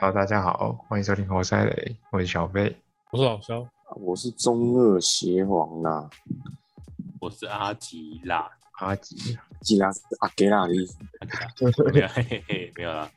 Hello，大家好，欢迎收听活塞雷，我是小飞。 我是老肖， 我是中二邪皇啦， 我是阿吉啦， 阿吉， 吉拉是阿给拉的意思。 没有，嘿嘿嘿，没有啦。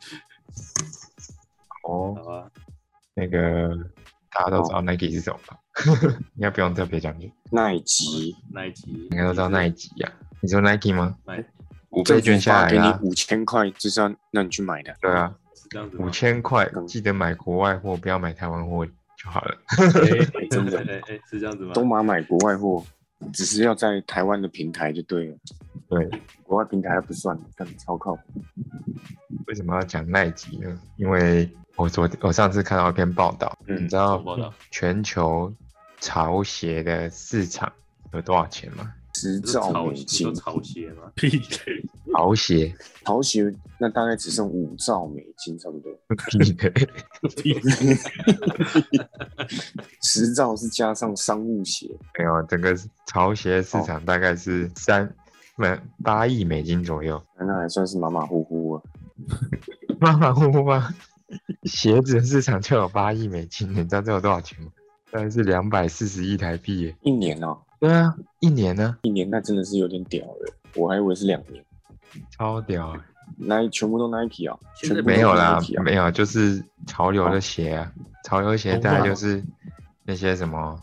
哦， 好啊， 那个大家都知道 Nike 是什么吧？应该不用特别讲解， 奈吉那一集应该都知道 Nike 呀、你说 Nike 吗买 ？5倍捐下来给你啦、 5000块，就是要让你去买的。 对啊， 是这样子吗？ 5000块，记得买国外货，不要买台湾货就好了。 真的是这样子吗？ 都买国外货，只是要在台湾的平台就对了， 对， 国外平台还不算，但超靠谱。 为什么要讲耐吉呢？因为我上次看到一篇报道，你知道报道全球潮鞋的市场有多少钱吗？ 10 是兆美你金说，潮鞋吗？ 屁潮鞋， 潮鞋那大概只剩5兆美金差不多屁的， ，10兆是加上商务鞋， 没有，整个潮鞋市场大概是8亿美金左右， 那还算是马马虎虎啊。 马马虎虎吗？鞋子的市场就有8亿美金，你知道这有多少钱吗？大概是240亿台币耶。 一年哦， 对啊，一年呢， 一年那真的是有点屌了，我还以为是2年。 超屌耶。 全部都 Nike 啊， 现在全部都没有啦 Nike 啊， 没有，就是潮流的鞋啊，潮流鞋大概就是那些什么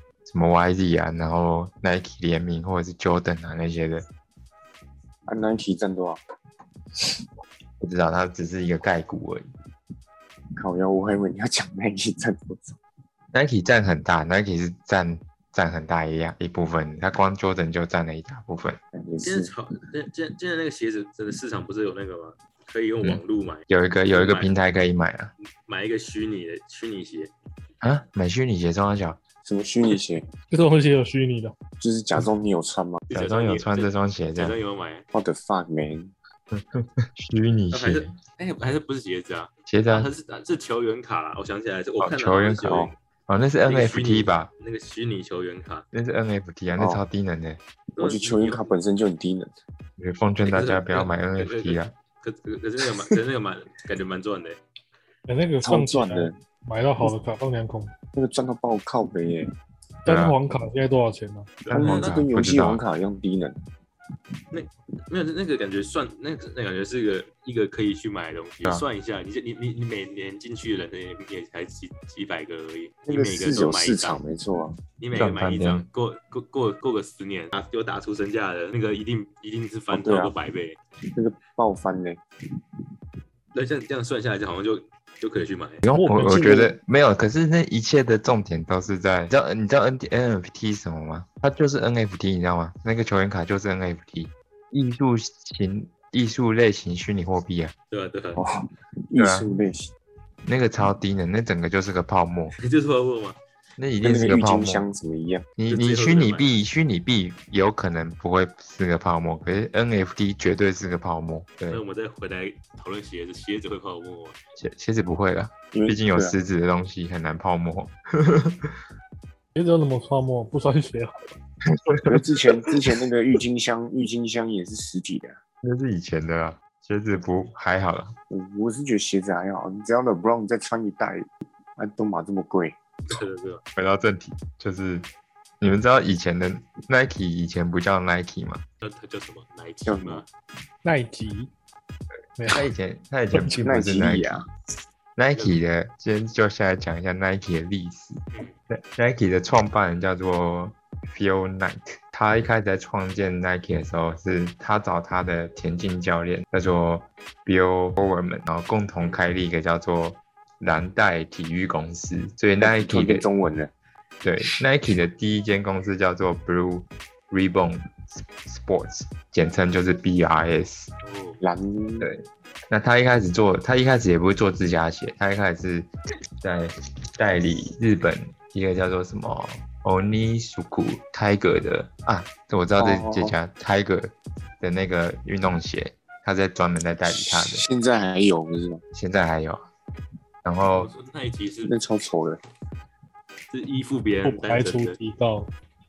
YZ 啊，然后 Nike 联名或者是 Jordan 啊那些的， 啊 Nike 占多少？ 不知道它只是一个概估而已。 靠腰，我还以为你要讲 Nike 占多少。 Nike 占很大，Nike 是占很大一部分，它光 Jordan 就占了一大部分。 也是现在现在那个鞋子的市场不是有那个吗？可以用网络买， 有一个平台可以买啊买一个虚拟鞋， 啊，买虚拟鞋装小， 什么虚拟鞋， 这种东西有虚拟的， 就是假装你有穿吗假装有穿这双鞋这假样装有买， ？What the fuck man？ 虚拟还是鞋还是不是鞋子啊？ 鞋子啊它是球员卡啦，我想起来我看到球员卡哦，那是那个虚拟 NFT 吧？ 那个虚拟球员卡， 那是 NFT 啊，那超低能的。 我觉得球员卡本身就很低能。 我奉劝大家不要买 NFT 啊。 可是那个感觉蛮赚的。 那个超放起来赚的， 买到好的卡放2空， 那个赚到爆靠背耶！ 单黄卡现在多少钱呢？ 那单黄卡跟游戏不知道王卡一样低能。 没有那个感觉算那感觉是一个可以去买的东西，算一下，你每年进去的人也才几百个而已， 那个你每个是有都买一张市场，没错啊。 你每个买一张，过个10年，有打出身价的那个一定是翻超过100倍， 那个爆翻呢。 那这样算下来，就好像就可以去买。 我觉得没有，可是那一切的重点都是在，你知道 NFT 是什么吗？它就是 NFT，你知道吗？那个球员卡就是 NFT，艺术类型虚拟货币啊。 对啊。 哦，艺术类型， 那个超低能，那整个就是个泡沫。 你就是泡沫吗？ 那一跟那个郁定是个泡沫。 金香怎么一样？ 你虚拟币有可能不会是个泡沫，可是 NFT 绝对是个泡沫。对那，我们再回来讨论鞋子，鞋子会泡沫吗？ 鞋子不会啦， 因为毕竟有实质的东西很难泡沫。 鞋子有什么泡沫？不穿鞋好。 之前那个郁金香也是实体的。 那是以前的啦，鞋子不还好啦。 我是觉得鞋子还好，你只要 LeBron 再穿一代，都买这么贵。 对。 回到正题，就是你们知道以前的 Nike 以前不叫 Nike 吗？ 它叫什么？Nike 吗？ 耐吉， 它以前并不是耐吉利 Nike 啊。 Nike 的，今天就先来讲一下 Nike 的历史。Nike 的创办人叫做 Phil Knight， 他一开始在创建 Nike 的时候，是他找他的田径教练叫做 Bill Bowerman， 然后共同开立一个叫做蓝带体育公司。所以 Nike 的中文的， 对 Nike 的第一间公司叫做 Blue Ribbon Sports， 简称就是 BRS。 蓝对，那他一开始也不会做自家鞋，他一开始是在代理日本一个叫做什么 Onitsuka Tiger 的啊，我知道这家 Tiger 的那个运动鞋，他在专门在代理他的。 现在还有不是吗？ 现在还有，然后那一集是那超丑的， 是依附别人不排除提高。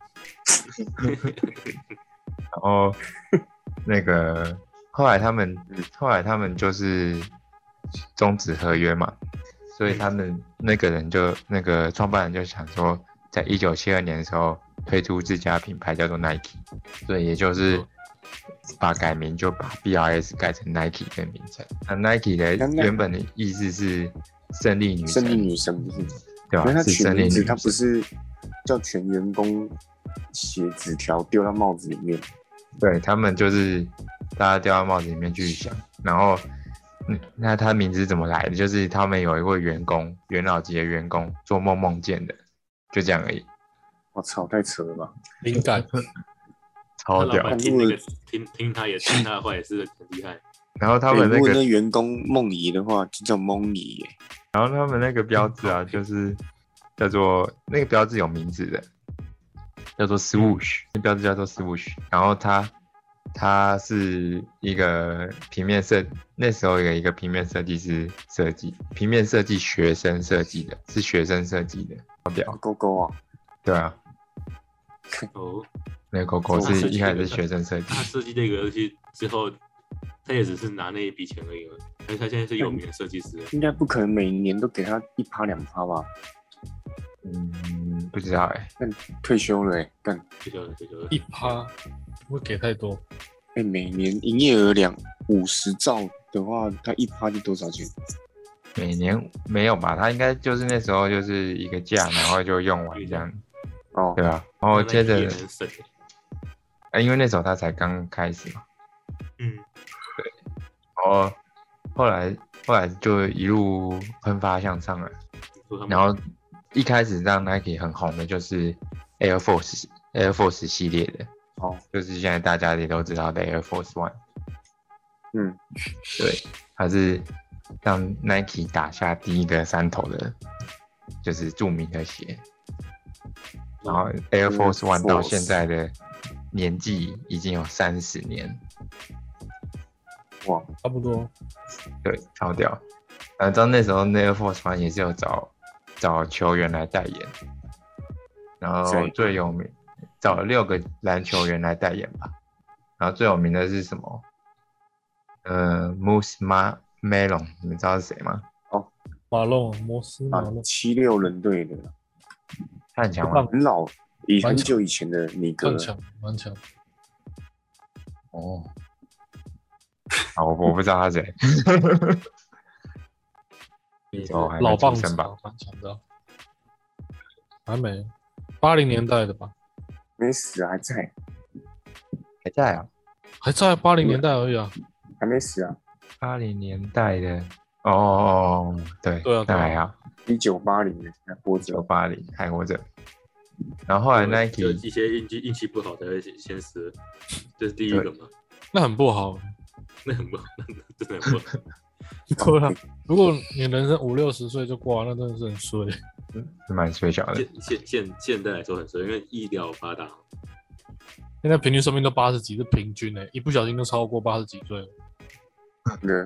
然后那个后来他们就是终止合约嘛， 所以他们那个创办人就想说，在1972年的时候推出自家品牌叫做 Nike， 所以也就是改名就把 BRS 改成 Nike 的名称。那 Nike 的原本的意思是胜利女神， 胜利女神不是？ 对吧？ 因为他取名字，他是不是叫全员工写纸条丢到帽子里面。 对，他们就是大家掉到帽子里面去想，然后那他名字怎么来的？就是他们有一位员工，元老级的员工做梦见的，就这样而已。 我操，太扯了吧！ 灵感， 超屌。 他老板听那个听他的话也是很厉害。 然后他们如果那员工梦遗的话，就叫梦遗耶。 然后他们那个标志啊，就是叫做那个标志有名字的，叫做 Swoosh， 那标志叫做 Swoosh。然后它是一个平面那时候有一个平面设计师设计，平面设计学生设计的，是学生设计的，好屌。 勾勾啊， 对啊， 哦， 那个勾勾是一开始是学生设计， 他设计这个东西之后，他也只是拿那一笔钱而已嘛。但是他现在是有名的设计师， 应该不可能每年都给他1%、2%吧？ 不知道但退休了干退休了。 1%不会给太多。 每年营业额50兆的话，他1%就多少钱？ 每年没有吧？他应该就是那时候就是一个价，然后就用完这样， 哦， 对吧？然后接着也很省因为那时候他才刚开始嘛，对，然后后来就一路喷发向上了，然后一开始让 Nike 很红的就是 Air Force 系列的，就是现在大家也都知道的 Air Force One， 对，它是让 Nike 打下第一个3头的，就是著名的鞋，然后 Air Force One 到现在的年纪已经有30年， 哇， 差不多。 对，超屌。反正那时候 Air Force One 也是有找球员来代言，然后最有名找了6个篮球员来代言吧，然后最有名的是什么？Moose Malone， 你们知道是谁吗？ 摩斯马龙 76人队的， 他很强吗？ 很老，很久以前的尼哥， 蛮强。 哦，好，我不知道他谁。 老棒子吧，蛮强的。还没80年代的吧？ 没死，还在啊？ 还在80年代而已啊， 还没死啊 ？80年代的对啊，那还好。 1980还活着 ，1980还活着。然后后来 Nike 就一些运气不好才会先死，这是第一个嘛？ 那很不好， 那很不好，真的很不好。 对啊，如果你人生50、60岁就挂，那真的是很衰， 是蛮衰小的。 现在来说很衰，因为医疗发达， 现在平均寿命都80几，是平均一不小心就超过80几岁了。 对，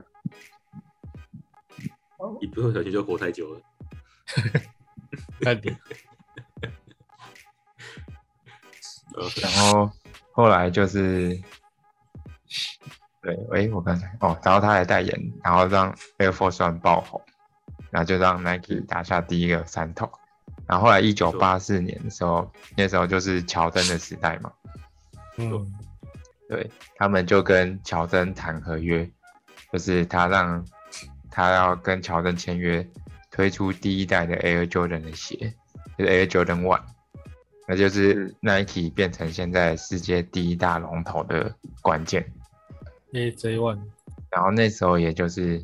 一不小心就活太久了。 太点。 然后后来就是。对，我刚才然后他来代言，然后让 Air Force One 爆红，然后就让 Nike 打下第一个3头。然后后来1984年的时候，那时候就是乔丹的时代嘛，对，他们就跟乔丹谈合约，就是他要跟乔丹签约，推出第一代的 Air Jordan 的鞋，就是 Air Jordan 1，那就是 Nike 变成现在世界第一大龙头的关键。 AJ1， 然后那时候也就是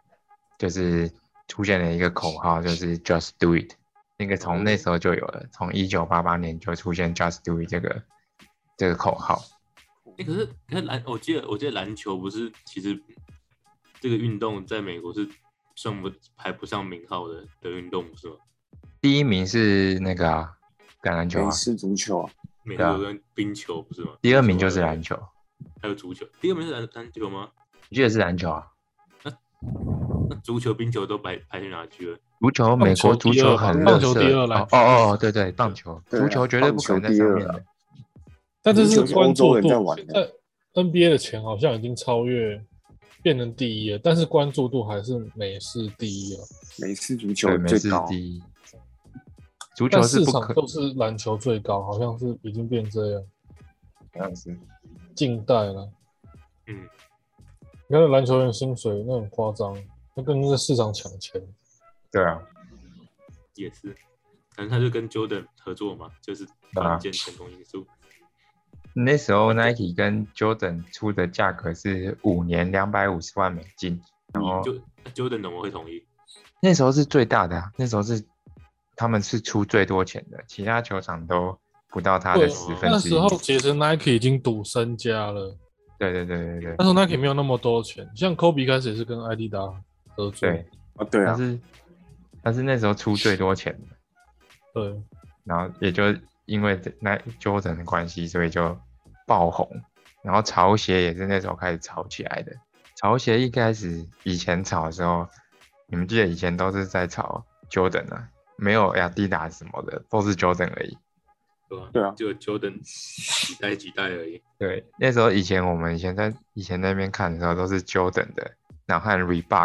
出现了一个口号，就是 Just Do It， 那个从那时候就有了，从1988年就出现 Just Do It 这个口号。 可是我记得篮球不是，其实这个运动在美国是排不上名号的运动，不是吗？ 第一名是那个橄榄球是足球啊， 美国跟冰球不是吗？ 第2名就是篮球。 还有足球，第2名是篮球吗？ 我记得是篮球啊。 那足球、冰球都排去哪去了？ 足球，美国足球很垃圾。 棒球第2， 对，棒球，足球绝对不可能在上面的。 但这是关注度， 在玩现在 NBA 的钱好像已经超越变成第一了，但是关注度还是美式第一了。 美式足球对，美式最高， 第一。足但球是不可， 市场都是篮球最高，好像是已经变这样。 好像是。 近代了， 嗯， 你看篮球员薪水那很夸张，那跟那个市场抢钱。 对啊， 也是，反正他就跟 Jordan 合作嘛，就是关键成功因素。 那时候 Nike 跟 Jordan 出的价格是5年$250万，然后 Jordan 怎么会同意？ 那时候是最大的啊，那时候是他们是出最多钱的，其他球场都不到他的对， 1/10。 那时候其实 Nike 已经赌身家了。 对， 那时候 Nike 没有那么多钱，像 Kobe 开始也是跟艾迪达合作。 对， 对啊， 他是那时候出最多钱的， 对， 然后也就因为那 Jordan 的关系，所以就爆红。然后潮鞋也是那时候开始炒起来的。潮鞋一开始以前炒的时候，你们记得以前都是在炒 Jordan 啊，没有 Adidas 什么的，都是 Jordan 而已。 对啊， 就 Jordan 几代而已。 对，那时候我们以前那边看的时候都是 Jordan 的，然后和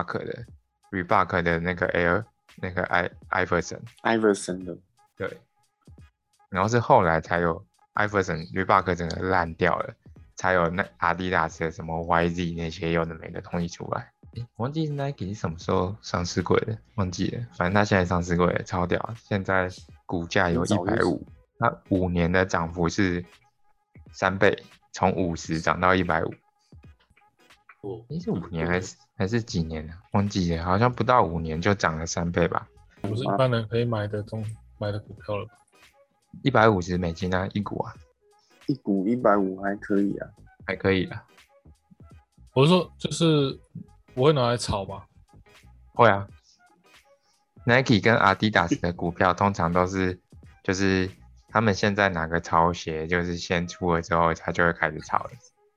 Reebok 的那个 Air 那个 Iverson 的， 对，然后是后来才有 Reebok 整个烂掉了，才有那 Adidas 的什么 YZ 那些有的没的东西出来。忘记 Nike 是什么时候上市柜的，忘记了，反正它现在上市柜了，超屌，现在股价有150，它5年的涨幅是3倍，从50涨到150。 哦， 是5年还是几年啊？忘记了，好像不到5年就涨了3倍吧。 不是一般人可以买的股票了吧 $150啊，一股啊， 一股150还可以啊， 还可以啊。 我是说，就是我会拿来炒吧。 会啊 ，Nike 跟 Adidas 的股票通常都是，就是他们现在哪个潮鞋就是先出了之后，它就会开始炒了。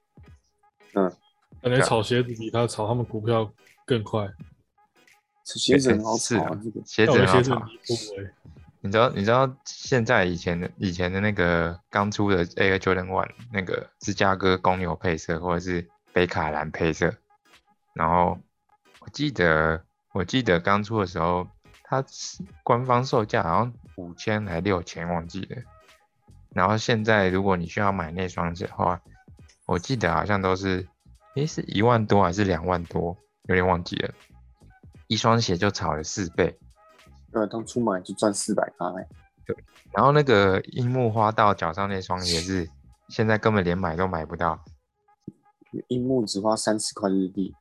感觉炒鞋子比他炒他们股票更快。 鞋子很好炒啊，这个鞋子很好炒。你知道现在以前的那个刚出的 Air Jordan 1那个芝加哥公牛配色或者是北卡蓝配色，然后我记得刚出的时候，它官方售价好像5000还6000忘记了。然后现在如果你需要买那双鞋的话，我记得好像都是是1万多还是2万多，有点忘记了。一双鞋就炒了4倍。 对，当初买就赚400块。 对，然后那个樱木花道脚上那双也是，现在根本连买都买不到。 樱木只花30块日币，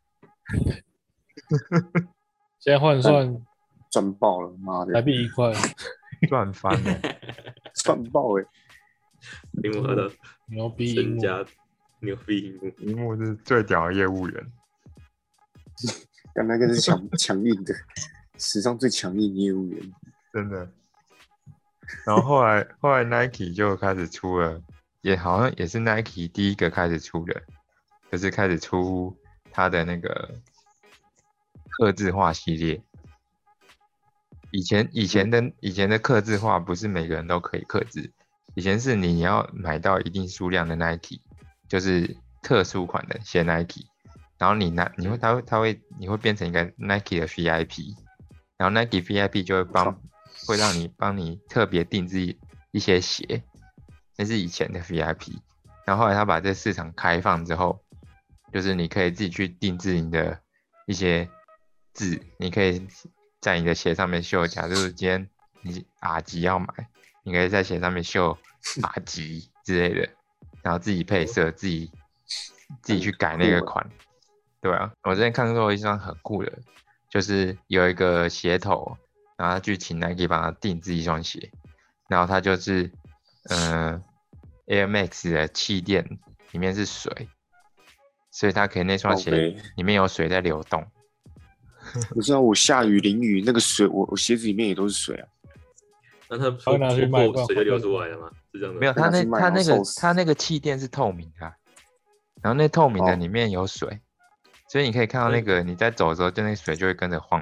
现在换算赚爆了，妈的！ 台币1块， 赚翻了， 赚爆哎！ 樱木花道牛逼樱木， 牛逼樱木， 樱木是最屌的业务员。 但那个是强硬的，史上最强硬业务员， 真的。然后后来 Nike 就开始出了，也好像也是 Nike 第一个开始出的，就是开始出它的那个客制化系列。以前的客制化不是每个人都可以客制，以前是你要买到一定数量的 Nike， 就是特殊款的写 Nike。然后你会变成一个 Nike 的 VIP， 然后 Nike VIP 就会让你帮你特别定制一些鞋，那是以前的 VIP。然后后来他把这市场开放之后，就是你可以自己去定制你的一些字，你可以在你的鞋上面绣，假如今天你 R 级要买，你可以在鞋上面绣 R 级之类的，然后自己配色，自己去改那个款。对啊，我之前看过一双很酷的，就是有一个鞋头，然后他去请 Nike 帮他定制一双鞋，然后他就是Air Max 的气垫里面是水，所以它可以那双鞋里面有水在流动。 你知道我下雨淋雨那个水，我鞋子里面也都是水啊。 那他突破水就流出来了吗？是这样的？ 没有，他那个气垫是透明的，然后那透明的里面有水。所以你可以看到那个你在走的时候，就那水就会跟着晃。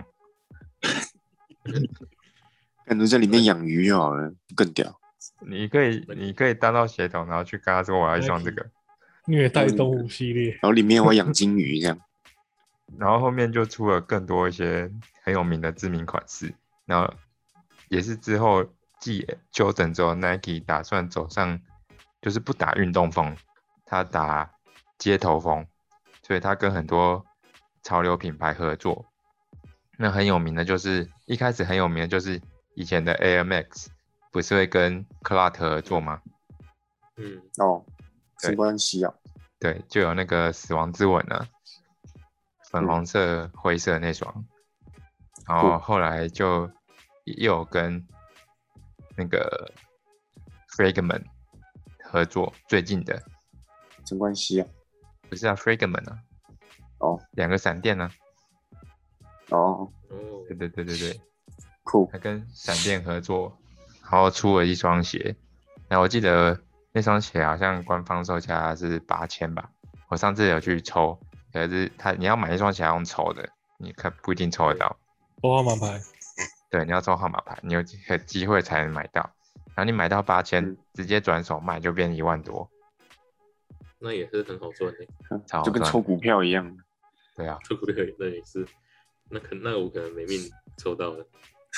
感觉在里面养鱼就好了，更屌。 你可以当到鞋头，然后去跟他说我要一双这个虐待动物系列， 然后里面我养金鱼这样。 然后后面就出了更多一些很有名的知名款式，然后也是之后继 Jordan 之后 ，Nike 打算走上就是不打运动风，他打街头风，所以他跟很多潮流品牌合作。那很有名的就是一开始很有名的就是以前的 Air Max， 不是会跟 Clark 合作吗？ 哦，什么关系啊？ 对，就有那个死亡之吻啊，粉红色、灰色那双，然后后来就又有跟那个 Fragment 合作，最近的什么关系啊？ 不是啊 ，Fragment 啊， 哦， 两个闪电啊， 哦， 对， 酷， 他跟闪电合作，然后出了一双鞋，然后我记得那双鞋好像官方售价是8000吧，我上次有去抽，可是你要买一双鞋要用抽的，你看不一定抽得到。 抽号码牌， 对，你要抽号码牌，你有机会才能买到。然后你买到8000，直接转手卖就变1万多， 那也是很好赚的， 就跟抽股票一样。 对啊， 抽股票那也是，那我可能没命抽到了。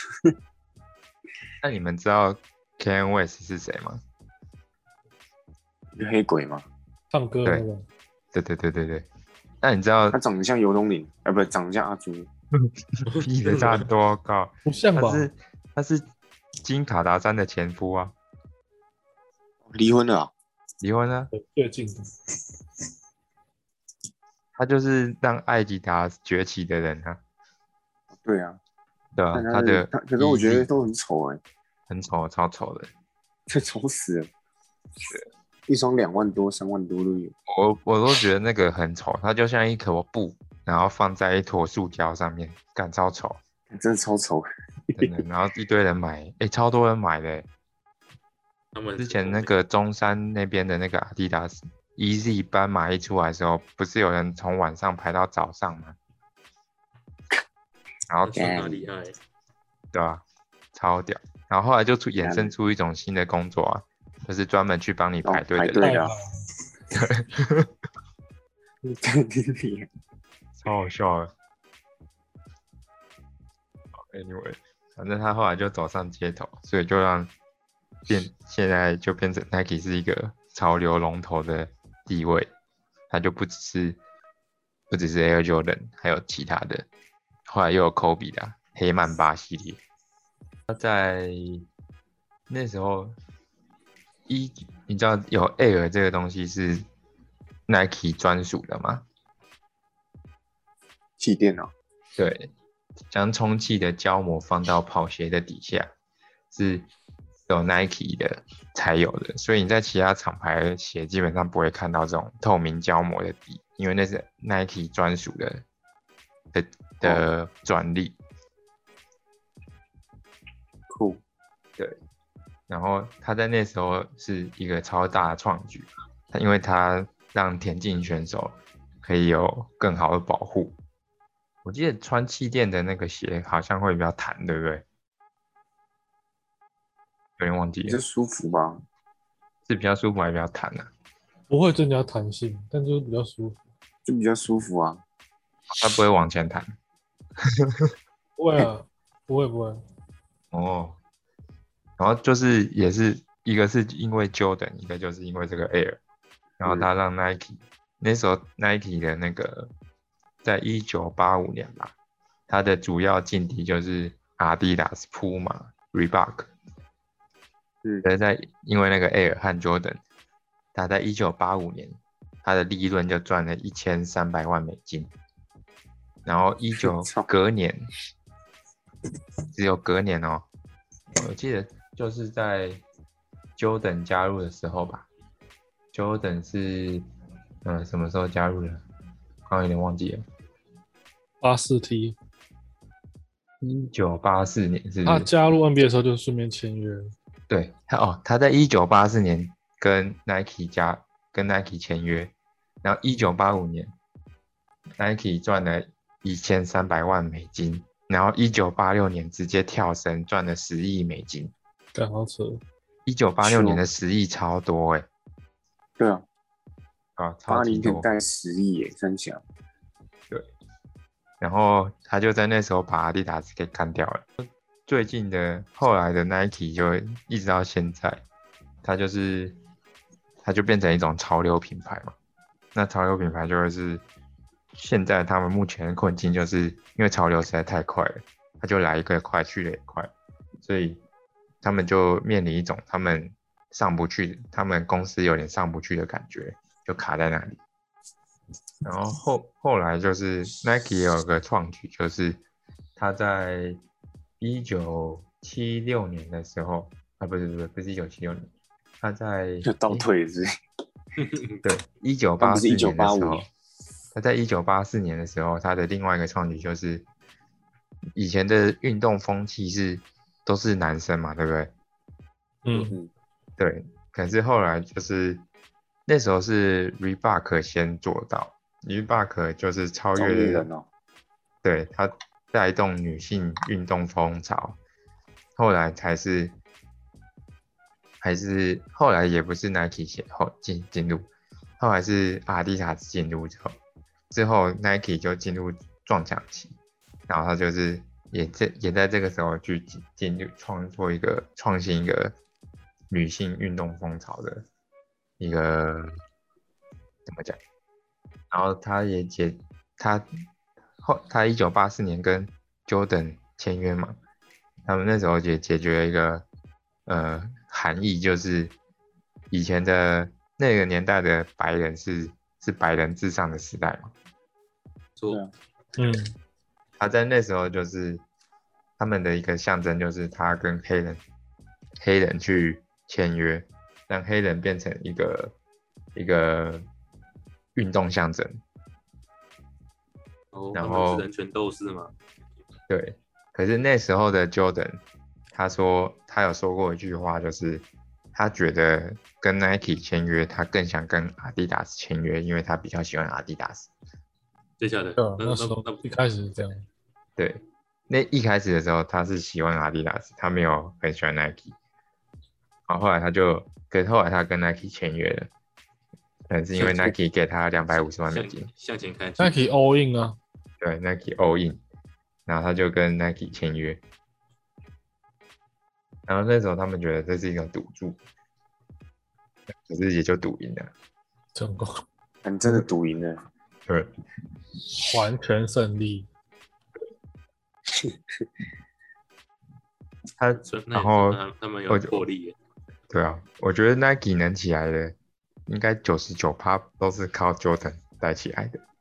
那你们知道 Kanye West 是谁吗？ 黑鬼吗？ 唱歌那个。 对。那你知道他长得像游龙林，不，长得像阿朱。 屁的差多高？ 不像吧？ 他是金卡达山的前夫啊。 离婚了啊？ 离婚啊？ 最近的。 他就是让艾迪达崛起的人啊。 对啊。 对啊， 可是我觉得都很丑很丑，超丑的。 这丑死了。一双2万多、3万多都有。 我都觉得那个很丑，它就像一颗布，然后放在一坨塑胶上面，干超丑， 真的超丑。 真的，然后一堆人买，超多人买的。之前那个中山那边的那个 Adidas Easy 斑马一出来的时候，不是有人从晚上排到早上吗？然后厉害， 对啊，超屌。然后后来就衍生出一种新的工作啊，就是专门去帮你排队的人。 排队的。 超好笑的。Anyway， 反正他后来就走上街头，所以就现在就变成 Nike 是一个潮流龙头的地位，他就不只是 Air Jordan， 还有其他的，后来又有 Kobe 的黑曼巴系列。他在那时候你知道有 Air 这个东西是 Nike 专属的吗？ 气垫啊？ 对，将充气的胶膜放到跑鞋的底下，是有 Nike 的才有的，所以你在其他厂牌的鞋基本上不会看到这种透明胶膜的底，因为那是 Nike 专属的专利。 酷。 对，然后他在那时候是一个超大的创举，因为他让田径选手可以有更好的保护。我记得穿气垫的那个鞋好像会比较弹，对不对？有点忘记了。 比较舒服吧？ 是比较舒服还是比较弹啊？ 不会增加弹性，但就是比较舒服。 就比较舒服啊。 它不会往前弹。 不会啊，不会。 哦。然后就是也是一个是因为 Jordan， 一个就是因为这个 Air， 然后他让 Nike，那时候 Nike 的那个在1985年吧，它的主要劲敌就是 Adidas、Puma、Reebok。因为那个 Air 和 Jordan， 他在1985年，他的利润就赚了1300万美金，然后隔年，只有隔年哦，我记得就是在 Jordan 加入的时候吧 ，Jordan 是什么时候加入的？刚刚有点忘记了。 84T。 1984年是不是？ 他加入 NBA 的时候就顺便签约了。 对，他在1984年跟 Nike 签约，然后1985年 Nike 赚了1300万美金，然后1986年直接跳升赚了10亿美金。 干好扯 ！1986年的10亿超多欸。 对啊。 超级多。 80年代10亿耶，三小。 对。 然后他就在那时候把阿迪达斯给干掉了。最近的后来的 Nike 就一直到现在，它就变成一种潮流品牌嘛。那潮流品牌就会是现在他们目前的困境，就是因为潮流实在太快了，它就来一个快去的也快，所以他们就面临一种他们上不去，他们公司有点上不去的感觉，就卡在那里。然后后来就是 Nike 也有个创举，就是他在1976年的时候，不是1976年，他在就倒退是对1984年的时候，他在1984年的时候，他的另外一个创举就是以前的运动风气都是男生嘛，对不对？对。可是后来就是那时候是 Reebok 先做到 ，Reebok 就是超越女人哦， 对，他带动女性运动风潮，后来后来也不是 Nike 先进入，后来是阿迪达斯进入之后 Nike 就进入撞墙期，然后他就是也在这个时候去进入创新一个女性运动风潮的一个怎么讲？然后他1984年跟 Jordan 签约嘛，他们那时候也解决了一个含义，就是以前的那个年代的白人是白人至上的时代嘛。他在那时候就是他们的一个象征，就是他跟黑人去签约，让黑人变成一个运动象征。然后他们是人权斗士吗？ 对，可是那时候的 Jordan， 他有说过一句话，就是他觉得跟 Nike 签约，他更想跟阿迪达斯签约，因为他比较喜欢阿迪达斯。 接下来， 那时候一开始是这样。 对，那一开始的时候他是喜欢阿迪达斯，他没有很喜欢 Nike。然后后来他跟 Nike 签约了，可能是因为 Nike 给他250万美金， 向前看 Nike all in 啊， 对 ，Nike all in， 然后他就跟 Nike 签约，然后那时候他们觉得这是一个赌注，可是也就赌赢了， 成功， 你真的赌赢了， 对， 完全胜利。 然后他们有魄力耶。 对啊，我觉得 Nike 能起来的，应该99%都是靠 Jordan 带起来的。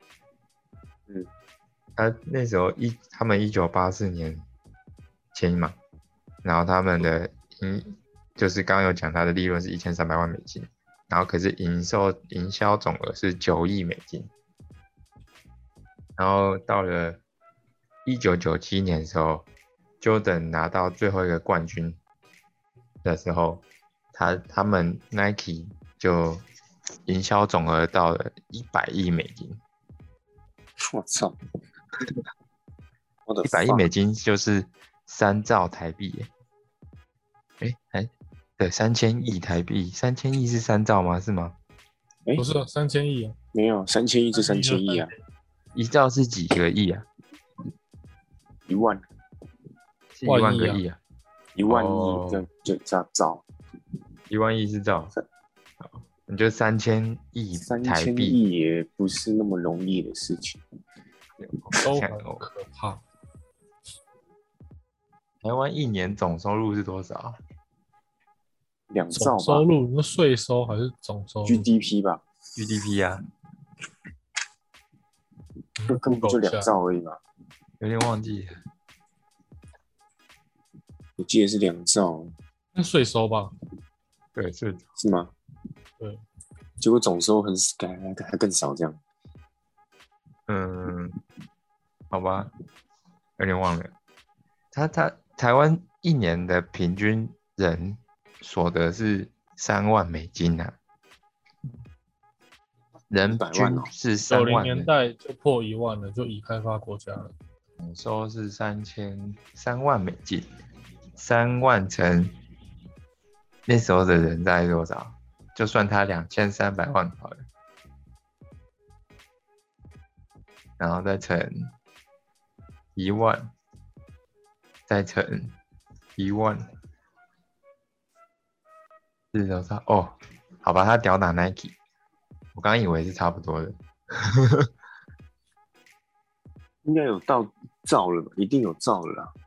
他那时候他们1984年签嘛，然后他们的就是刚刚有讲他的利润是1300万美金，然后可是营销总额是9亿美金，然后到了1997年的时候 ，Jordan 拿到最后一个冠军的时候，他们 Nike 就营销总额到了100亿美金。 我操 ！100亿美金就是3兆台币耶。对，3000亿台币，3000亿是3兆吗？是吗？ 不是3000亿啊， 没有3000亿是3000亿啊 ，1兆是几个亿啊 ？1万， 是1万个亿啊 ！1万亿就兆 ，1万亿是兆。你就3000亿台币，3000 亿也不是那么容易的事情， 都很可怕。 台湾一年总收入是多少 ？2兆吧。 收入，那税收还是总收入 ？GDP 吧。 GDP 啊， 根本就2兆而已嘛。 有点忘记了， 我记得是2兆。 那税收吧？ 对，是吗？ 对。 结果总收还更少这样。 好吧，有点忘了。台湾一年的平均人所得是3万美金啊，人均是3万。 90年代就破1万了，就已开发国家了。 总收是3万美金，3万乘那时候的人大概多少？就算他2300万好了，然后再乘 10000再乘10000是多少？哦，好吧，他吊打 Nike， 我刚刚以为是差不多的。 应该有到兆了吧？一定有兆了啦。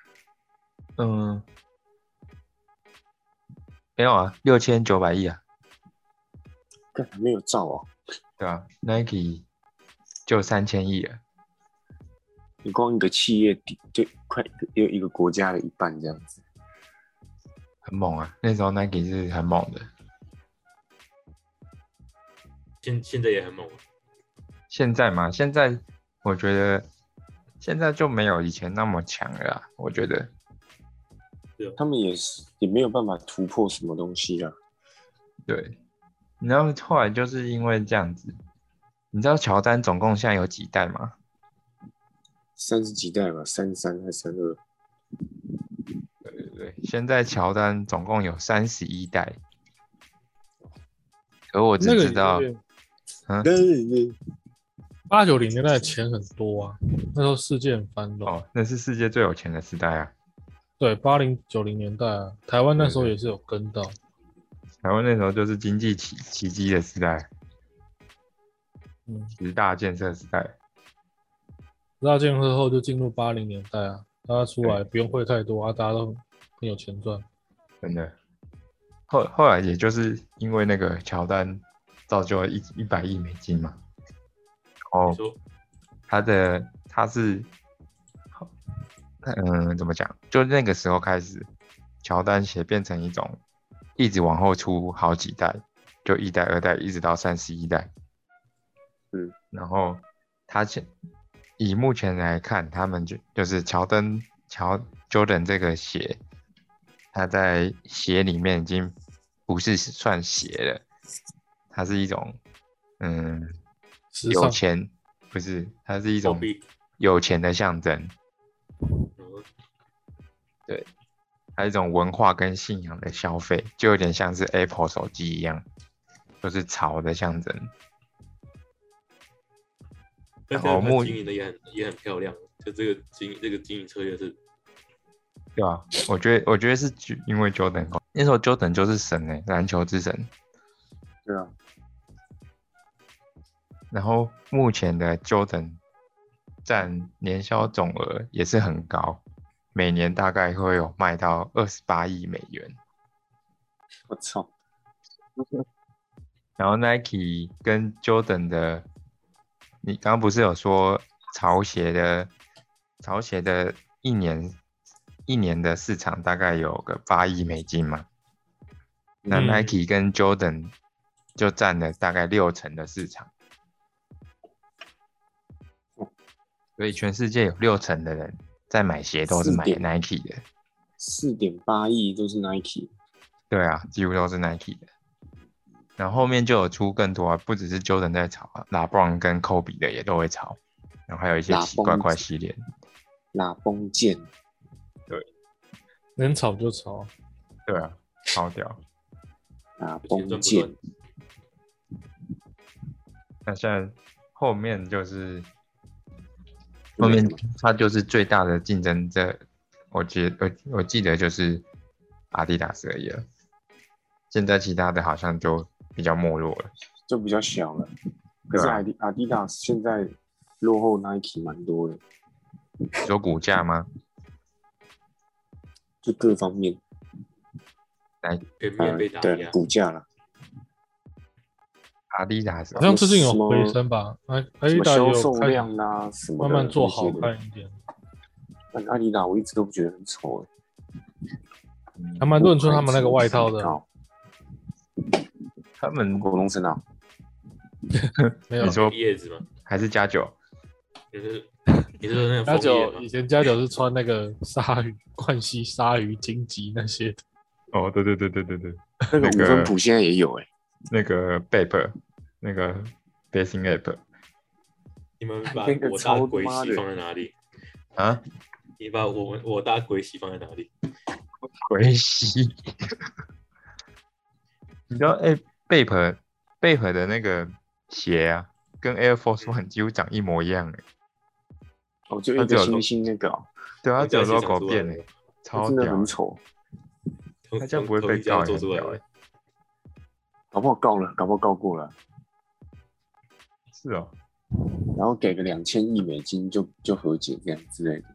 没有啊，6900亿啊。 干还没有兆哦。 对啊 ，Nike 就3000亿了。 你光一个企业就快有一个国家的一半这样子， 很猛啊！那时候 Nike 是很猛的。 现在也很猛。 现在嘛，现在我觉得现在就没有以前那么强了啦。我觉得， 他们也没有办法突破什么东西啦。 对。然后后来就是因为这样子，你知道乔丹总共现在有几代吗 30几代吧，33还32。 对，现在乔丹总共有31代，而我只知道， 对 80、90年代的钱很多啊，那时候世界很繁荣。 哦，那是世界最有钱的时代啊。 对，80、90年代啊，台湾那时候也是有跟到。 台湾那时候就是经济奇迹的时代，10大建设时代。 10大建设后就进入80年代啊，大家出来不用会太多啊，大家都很有钱赚。真的。后来也就是因为那个乔丹造就了100亿美金嘛。哦，他是怎么讲？就那个时候开始，乔丹鞋变成一种一直往后出好几代，就1代、2代，一直到31代。然后以目前来看，他们就是Jordan 这个鞋，它在鞋里面已经不是算鞋了，它是一种有钱，不是，它是一种有钱的象征。对，它是一种文化跟信仰的消费，就有点像是 Apple 手机一样，就是潮的象征。 然后经营的也很漂亮，就这个经营策略是， 对啊，我觉得是因为 Jordan 那时候 Jordan 就是神篮球之神。 对啊。 然后目前的 Jordan 占年销总额也是很高，每年大概会有卖到28亿美元。 我操！ 然后 Nike 跟 Jordan 的，你刚刚不是有说潮鞋的一年的市场大概有个8亿美金嘛？那 Nike 跟 Jordan 就占了大概60%的市场。所以全世界有60%的人在买鞋都是买 Nike 的 ，4.8亿都是 Nike。 对啊，几乎都是 Nike 的。然后后面就有出更多不只是 Jordan 在炒啊，LeBron 跟 Kobe 的也都会炒，然后还有一些奇怪系列。 拉崩剑， 对， 能炒就炒。 对啊，超屌。 拉崩剑。 那现在后面它就是最大的竞争者，我记得就是阿迪达斯而已了。现在其他的好像就比较没落了， 就比较小了。可是阿迪达斯现在落后 Nike 蛮多的。 你说股价吗？ 就各方面。对，股价啦。 阿迪达斯好像最近有回升吧？阿迪达销售量啊什么慢慢做好看一点。 但阿迪达我一直都不觉得很丑还蛮多人说他们那个外套的。 他们果冻城啊？ 没有， 你说叶子吗？ 还是加九？ 你是说那个加九？以前加九是穿那个冠希鲨鱼荆棘那些的。 哦，对， 那个五分埔现在也有那个 Bape， 那个 Facing Ape， 你们把我大鬼洗放在哪里啊？ 你把我大鬼洗放在哪里？ 鬼洗？你知道Bape 的那个鞋啊，跟 Air Force One 几乎长一模一样哦，就一个星星那个哦， 对啊，它只有同一家鞋厂 logo 出来的变诶，超真的屌很丑， 他这样不会被同一家告做出来的也很屌欸。 搞不好告了，搞不好告过了， 是哦， 然后给个$2000亿就和解这样之类的。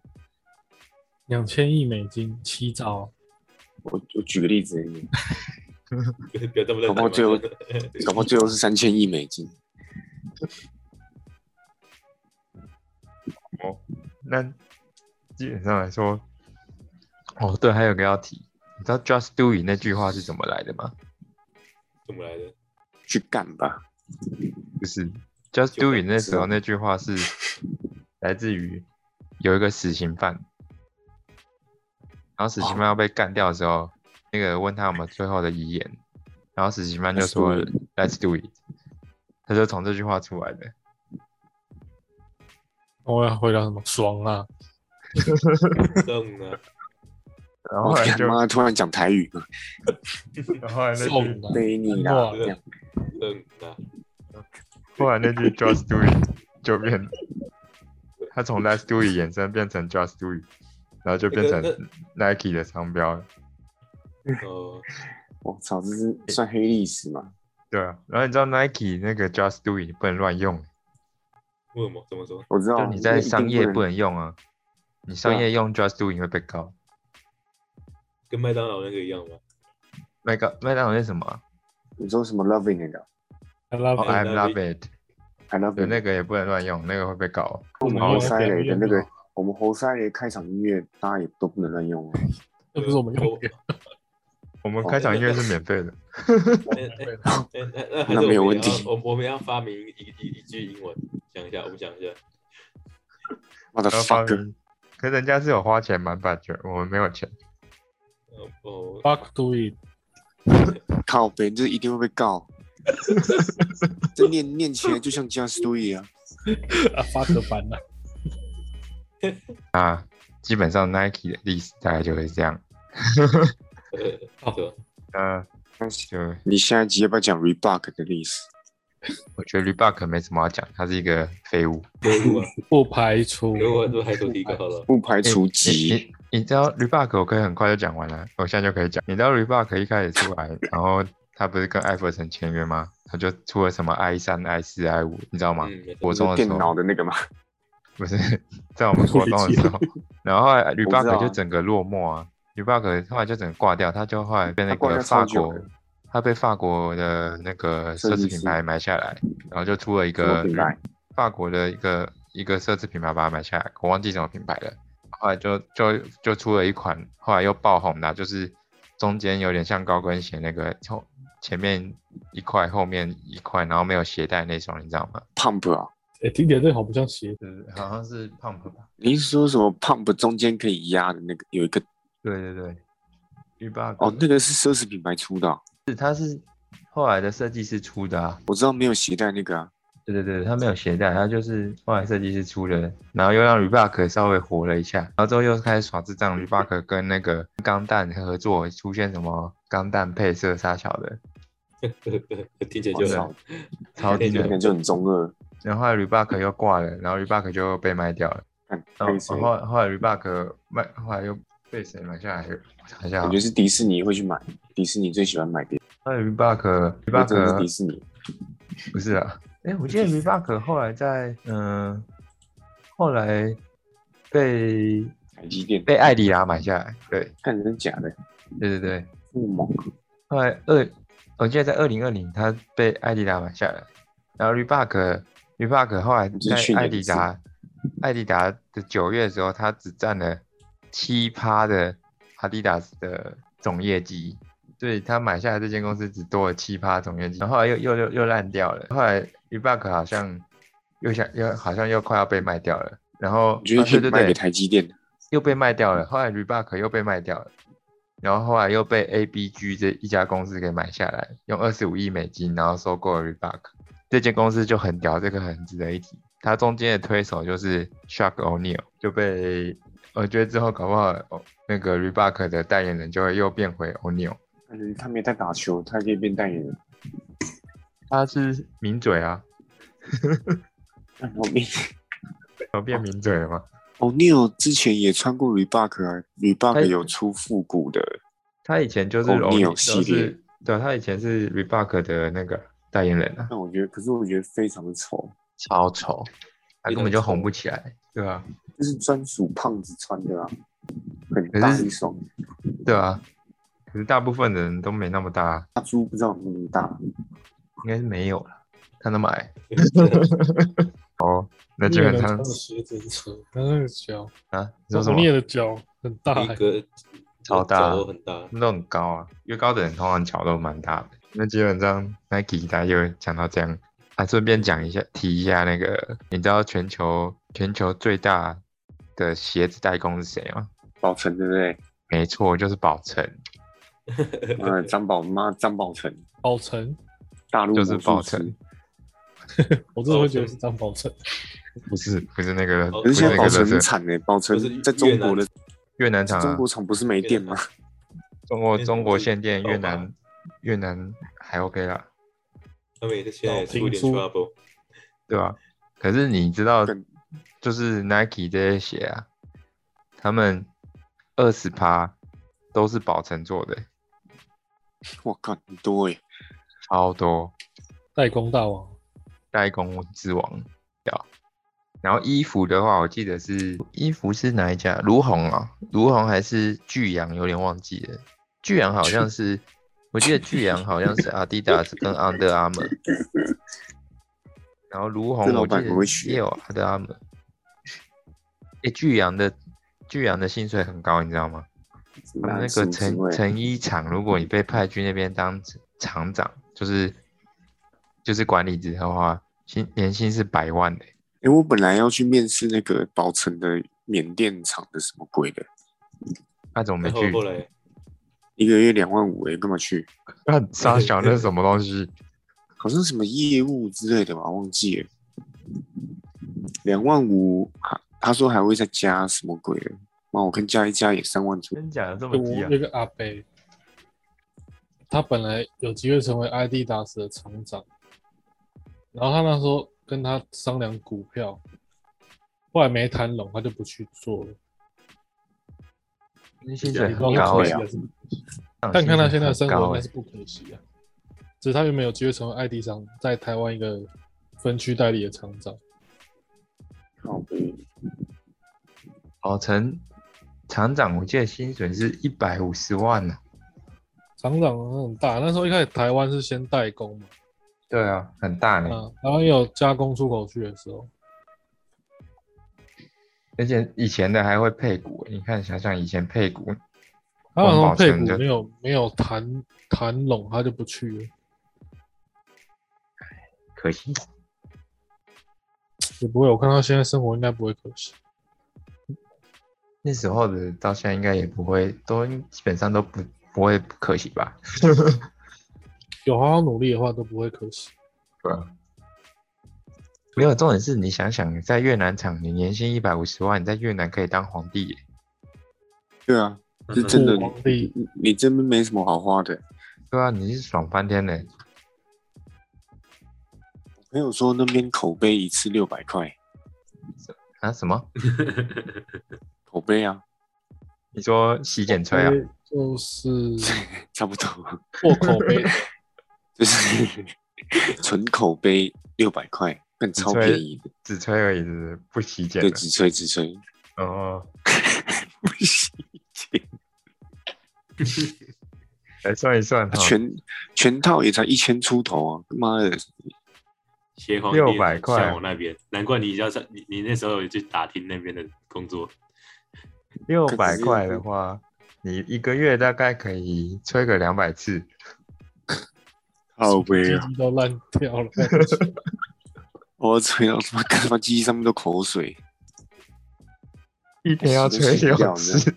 $2000亿7兆， 我举个例子而已， 不要这么认真嘛。 搞不好最后搞不好最后是$3000亿。 哦，那基本上来说，哦对，还有个要提，你知道 "Just Do It" 那句话是怎么来的吗？ 怎么来的？ 去干吧， 不是 "Just 就 Do 干 It" 那时候是啊那句话是来自于有一个死刑犯，然后死刑犯要被干掉的时候，那个问他有没有最后的遗言，然后死刑犯就 Let's 说 do it "Let's do it"，他就从这句话出来的。 我要回答什么？爽啊！ 送啊！ 我然后后来就， 他妈突然讲台语， 然后后来那句， 送啊！ 背你啦哇， 这样。 啊！ 后来那句 "Just Do It" 就变，他从 "Let's do it" 衍生变成 "Just do it"，然后就变成 Nike 的商标了。 哦， 我操，这是算黑历史吗？ 对啊，然后你知道 Nike 那个 "Just do it" 不能乱用， 为什么？怎么说？ 我知道， 就你在商业不不能用啊，你商业用 "Just do it" 会被告。 跟麦当劳那个一样吗？ 麦当劳是什么啊？ 你说什么 loving 那个 I 哦 love ，I it。 love it， ，I love 对， it。 那个也不能乱用，那个会被告。 我们好活塞雷的那个用就好， 我们活塞雷开场音乐，大家也都不能乱用啊。 这不是我们用的。 我们开场音乐是免费的。 那还是那没有问题我们要发明一句英文，想一下，我们想一下。 我的然后发 fuck， 明，可人家是有花钱买版权，我们没有钱。 Fuck do it。 靠北，这一定会被告。这念起来就像 Just Do It 啊。 啊，fuck 版了。 啊，基本上 Nike 的历史大概就是这样。 对， 就你下一集要不要讲 Reebok 的历史？ 我觉得 Reebok 没什么好讲，他是一个废物。 废物啊！ 不排除。 如果都还说提高了， 不排除级。 你知道 Reebok 我可以很快就讲完了，我现在就可以讲。你知道 Reebok 一开始出来，然后他不是跟艾弗森签约吗？他就出了什么 i3、i4、i5，你知道吗？国中的时电候脑的那个吗？ 不是在我们国中的时候，然后后来我知道 Reebok 啊就整个落寞啊，Reebok 后来就整个挂掉，他就后来被那他挂掉个法国超久的， 他被法国的那个奢侈品牌买下来，然后就出了一什么个品牌法国的一个奢侈品牌把它买下来，我忘记什么品牌了。后来就出了一款，后来又爆红的，就是中间有点像高跟鞋那个，前面一块，后面一块，然后没有鞋带那种，你知道吗？ Pump 啊？ 听起来这个好不像鞋。 好像是 Pump 吧？ 你是说什么 Pump 中间可以压的那个有一个？ 对对对，Reebok 哦，那个是奢侈品牌出的啊。 它是后来的设计师出的啊。 我知道没有鞋带那个啊。 对对对，它没有鞋带，它就是后来设计师出的，然后又让 Reebok 稍微活了一下，然后之后又开始耍智障，Reebok 跟那个钢弹合作，出现什么钢弹配色杀小的， 听起来就操， 超低的。 听起来就很中二。 然后后来 Reebok 又挂了，然后 Reebok 就被卖掉了， 看然被谁？ 后后来 Reebok 后来又被谁买下来？我想一下啊感觉，是迪士尼会去买，迪士尼最喜欢买别人。 后来真的是 Reebok 迪士尼。 不是啊，我记得 Reebok 后来后来被台积电， 被艾迪达买下来，对看真假的， 对对对， 这么猛。 后来我记得在2020他被艾迪达买下来，然后 Reebok 后来在这是去年的事艾迪达的9月的时候，他只占了7%的 Adidas 的总业绩，所以他买下来这间公司只多了7%总业绩，然后后来又烂掉了，后来 Reebok 好像又快要被卖掉了，然后我觉得对对对可以卖给，台积电。 又被卖掉了，后来 Reebok 又被卖掉了。然后后来又被 ABG 这一家公司给买下来，用25亿美金，然后收购了 Reebok。这间公司就很屌，这个很值得一提。它中间的推手就是 Shaq O'Neal，就被我觉得之后搞不好那个 Reebok 的代言人就会又变回 O'Neal。 他没在打球，他可以变代言人。 他是名嘴啊， 我命有变名嘴了吗？ 哦，你有之前也穿过 Reebok 啊？Reebok 哎有出复古的他以前就是 O'Neal 都系列， 是，对啊，他以前是 Reebok 的那个代言人啊， 但我觉得，可是我觉得非常的丑， 超丑，他非常根本就红丑不起来，对吧、 就是专属胖子穿的啊，很可是大一双， 对啊，可是大部分的人都没那么大， 大猪不知道有没有那么大， 应该是没有了，他那么矮。哦，那你也基本上能穿的鞋子很扯，他那个脚， 啊，你说什么？ 我你的脚很大、欸， 一个脚超大啊都很大， 都很高啊，越高的人通常脚都蛮大的。那基本上 Nike 它就讲到这样，顺便讲一下，提一下那个，你知道全球最大的鞋子代工是谁吗？ 宝成对不对？ 没错，就是宝成， 张宝成， 宝成， 大陆就是魔术师宝成， 我真的会觉得是张宝成。 不是那个， 哦可是现在宝不是那个乐色成很惨哎，宝成不是在中国的越南厂啊中国，厂不是没电吗？ 中国限电， 爆发越南还 OK 啦， 他们也是现在出一点停出 trouble， 对吧？可是你知道更， 就是 Nike 这些鞋啊，他们20%都是宝成做的， 我靠，很多哎， 超多代工大王， 代工之王，对吧？然后衣服的话，我记得衣服是哪一家？卢红啊，卢红还是巨阳，有点忘记了。巨阳好像是，我记得巨阳好像是 Adidas 跟 Under Armour，然后卢红这老我记得板很会学也有 Under Armour。巨阳的薪水很高，你知道吗？他们那个什么职位？ 成衣厂，如果你被派去那边当厂长，就是管理职的话，年薪是100万的。 哎，我本来要去面试那个宝成的缅甸厂的什么鬼的， 那怎么没去？ 然后后来一个月25000哎，干嘛去？ 那傻小那是什么东西？ 好像什么业务之类的吧，忘记了。25000，他说还会再加什么鬼的？妈，我看加一加也3万出。 真假的这就么低啊？ 我有个阿伯，他本来有机会成为 Adidas 的厂长，然后他那时候跟他商量股票，后来没谈拢，他就不去做了。 那薪水你不知道很高哎、 是可惜还是不可惜？但看他现在的生活，应该是不可惜啊。只是他原本有机会成为爱迪商在台湾一个分区代理的厂长。 靠北， 宝成厂长，我记得薪水是150万呢、 厂长很大，那时候一开始台湾是先代工嘛， 对啊，很大呢、 台湾也有加工出口去的时候， 而且以前的还会配股，你看想想以前配股， 他好像配股光宝成就没有谈拢，他就不去了。 可惜。 也不会，我看他现在生活应该不会可惜。 那时候的到现在应该也不会，都基本上都不会可惜吧？ 有好好努力的话都不会可惜。 对啊。没有重点是你想想，在越南厂，你年薪150万，你在越南可以当皇帝耶。 对啊，是真的皇帝， 你这边没什么好花的。 对啊，你是爽翻天嘞。 朋友说那边口碑一次600块， 啊？什么？ 口碑啊， 你说洗剪吹啊？ 就是差不多， 破口碑， 就是纯口碑600块，更超便宜的。 只吹而已，是不是不洗剪对， 的。 只吹， 哦， 不洗剪， 来算一算哈， 全套也才1000出头啊！妈的， 协皇店 600块像我那边，难怪你要你那时候有去打听那边的工作， 600块的话，你一个月大概可以吹个200次。 好悲啊！ 鸡鸡都烂掉了。 我吹到他妈机上面都口水， 一天要吹6次，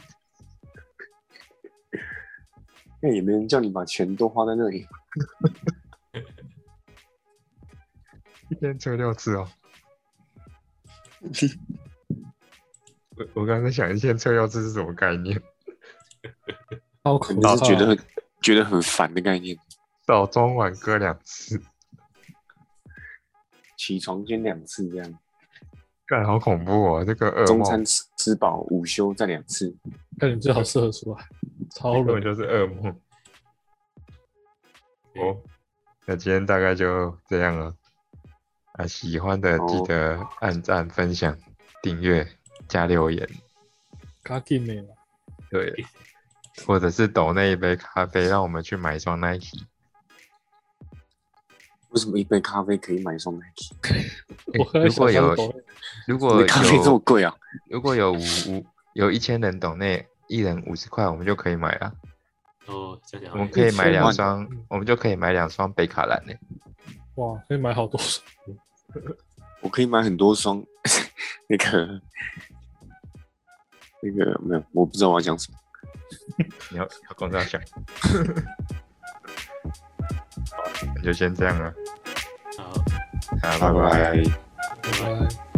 那也没人叫你把钱都花在那里。 一天吹6次哦。我刚才在想，一天吹6次是什么概念？ 好可你怕！ 是觉得很烦的概念。 早中晚各2次， 起床先2次这样， 干好恐怖哦！这个噩梦。 吃饱午休再2次。 看你最好射出来，超冷。 根本就是噩梦。哦，那今天大概就这样了。啊，喜欢的记得按赞、分享、订阅、加留言。 卡紧的啦， 对，或者是抖那一杯咖啡，让我们去买一双 Nike。 为什么一杯咖啡可以买一双 Nike？ 我刚才如果有想象抖如果咖啡这么贵啊？ 如果有1000人抖内，1人50块，我们就可以买了。 哦，这样讲我们可以买 1000 2双，我们就可以买2双北卡蓝呢。 哇，可以买好多双。 我可以买很多双。那个没有，我不知道我要讲什么。 你要公这样想。好，那就先这样了。 好， 好， 拜拜。 拜拜。